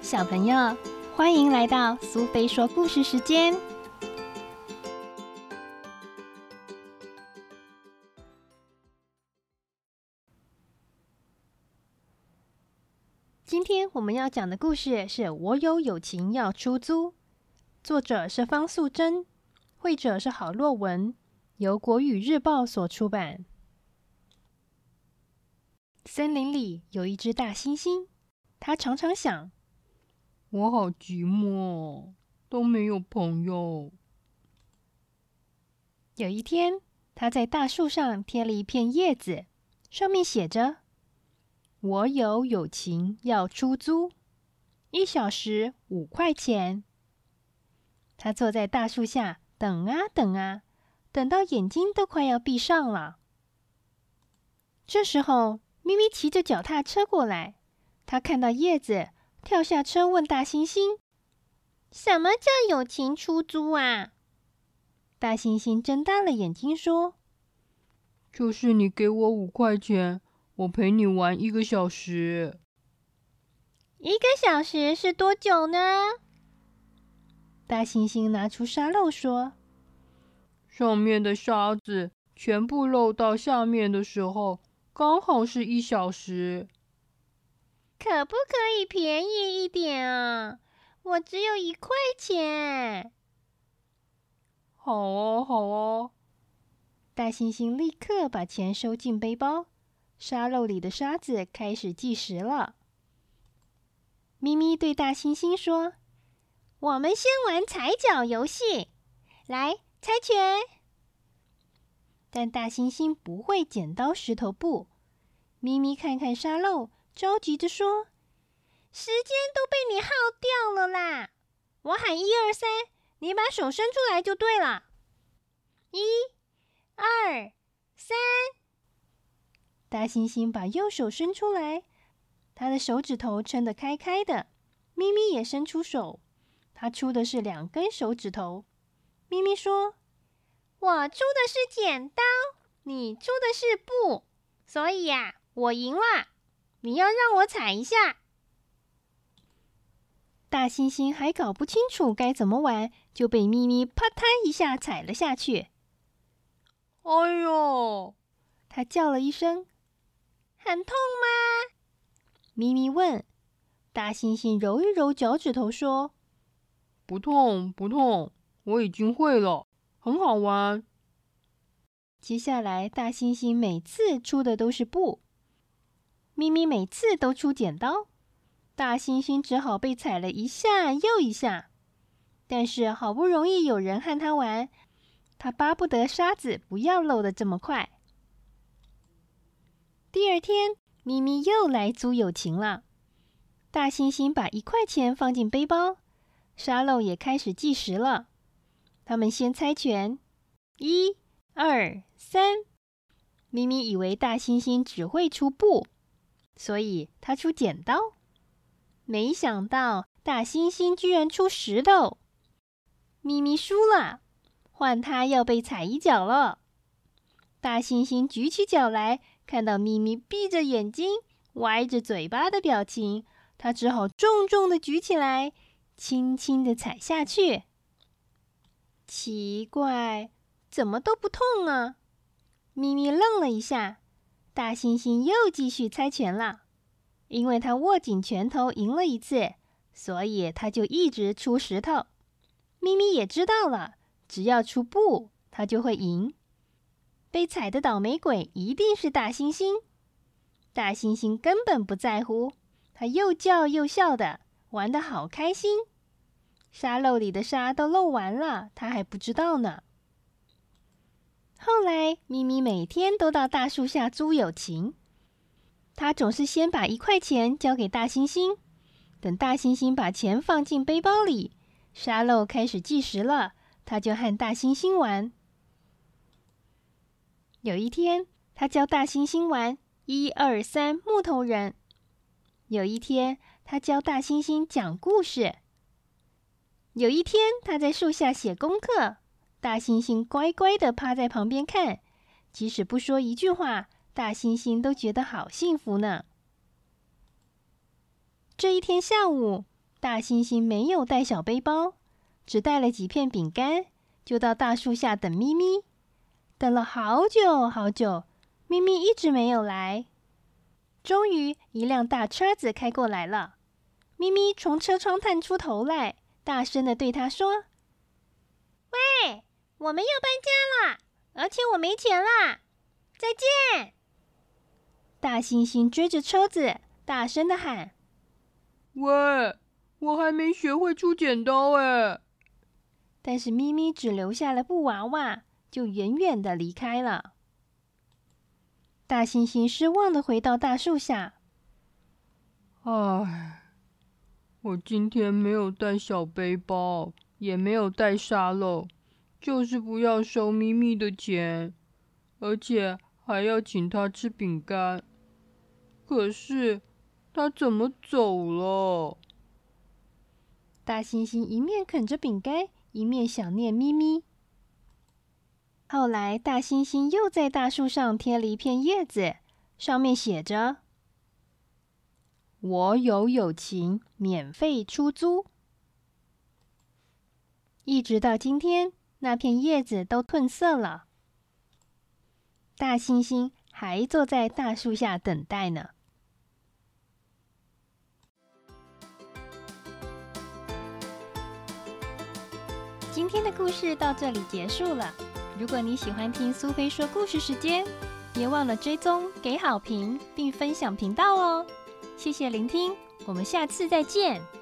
小朋友，欢迎来到苏菲说故事时间。今天我们要讲的故事是《我有友情要出租》，作者是方素珍，绘者是郝洛文，由国语日报所出版。森林里有一只大猩猩，它常常想： 我好寂寞，都没有朋友。 有一天，它在大树上贴了一片叶子，上面写着：我有友情要出租，1小时5块钱。他坐在大树下等啊等啊，等到眼睛都快要闭上了。这时候，咪咪骑着脚踏车过来，他看到叶子，跳下车问大猩猩：什么叫友情出租啊？大猩猩睁大了眼睛说： 就是你给我5块钱，我陪你玩1个小时。 1个小时是多久呢？大猩猩拿出沙漏说： 上面的沙子全部漏到下面的时候，刚好是1小时。 可不可以便宜一点啊？我只有1块钱。 好啊，好啊。 大猩猩立刻把钱收进背包，沙漏里的沙子开始计时了。咪咪对大猩猩说：我们先玩踩脚游戏，来，猜拳。但大猩猩不会剪刀石头布。咪咪看看沙漏，着急着说：时间都被你耗掉了啦！我喊1、2、3，你把手伸出来就对了。1、2、3。大猩猩把右手伸出来，他的手指头撑得开开的。咪咪也伸出手，他出的是2根手指头。咪咪说：我出的是剪刀，你出的是布，所以呀，我赢了。你要让我踩一下。大猩猩还搞不清楚该怎么玩，就被咪咪啪嗒一下踩了下去。 哎呦！ 他叫了一声：很痛吗？咪咪问。大猩猩揉一揉脚趾头说： 不痛，不痛，我已经会了，很好玩。 接下来，大猩猩每次出的都是布，咪咪每次都出剪刀，大猩猩只好被踩了一下又一下。但是好不容易有人和他玩，他巴不得沙子不要漏得这么快。第二天，咪咪又来租友情了。大猩猩把1块钱放进背包，沙漏也开始计时了。他们先猜拳，1、2、3。咪咪以为大猩猩只会出布，所以他出剪刀。没想到大猩猩居然出石头，咪咪输了，换他要被踩一脚了。大猩猩举起脚来，看到咪咪闭着眼睛、歪着嘴巴的表情，他只好重重的举起来，轻轻的踩下去。奇怪，怎么都不痛啊？咪咪愣了一下，大猩猩又继续猜拳了。因为他握紧拳头赢了一次，所以他就一直出石头。咪咪也知道了，只要出布，他就会赢。被踩的倒霉鬼一定是大猩猩。大猩猩根本不在乎，他又叫又笑的，玩得好开心。沙漏里的沙都漏完了，他还不知道呢。后来，咪咪每天都到大树下租友情。他总是先把1块钱交给大猩猩，等大猩猩把钱放进背包里，沙漏开始计时了，他就和大猩猩玩。有一天，他教大猩猩玩1、2、3木头人。有一天，他教大猩猩讲故事。有一天，他在树下写功课，大猩猩乖乖地趴在旁边看，即使不说一句话，大猩猩都觉得好幸福呢。这一天下午， 大猩猩没有带小背包，只带了几片饼干，就到大树下等咪咪。等了好久好久，咪咪一直没有来。终于，一辆大车子开过来了。咪咪从车窗探出头来，大声地对他说：“喂，我们要搬家啦，而且我没钱啦，再见！”大猩猩追着车子，大声地喊：“ 喂，我还没学会出剪刀哎！” 但是咪咪只留下了布娃娃，就远远地离开了。大猩猩失望地回到大树下。 唉，我今天没有带小背包，也没有带沙漏，就是不要收咪咪的钱，而且还要请他吃饼干。可是他怎么走了？ 大猩猩一面啃着饼干，一面想念咪咪。后来，大猩猩又在大树上贴了一片叶子，上面写着：“我有友情，免费出租。”一直到今天，那片叶子都褪色了。大猩猩还坐在大树下等待呢。今天的故事到这里结束了。如果你喜欢听苏菲说故事时间，别忘了追踪、给好评并分享频道哦。谢谢聆听，我们下次再见。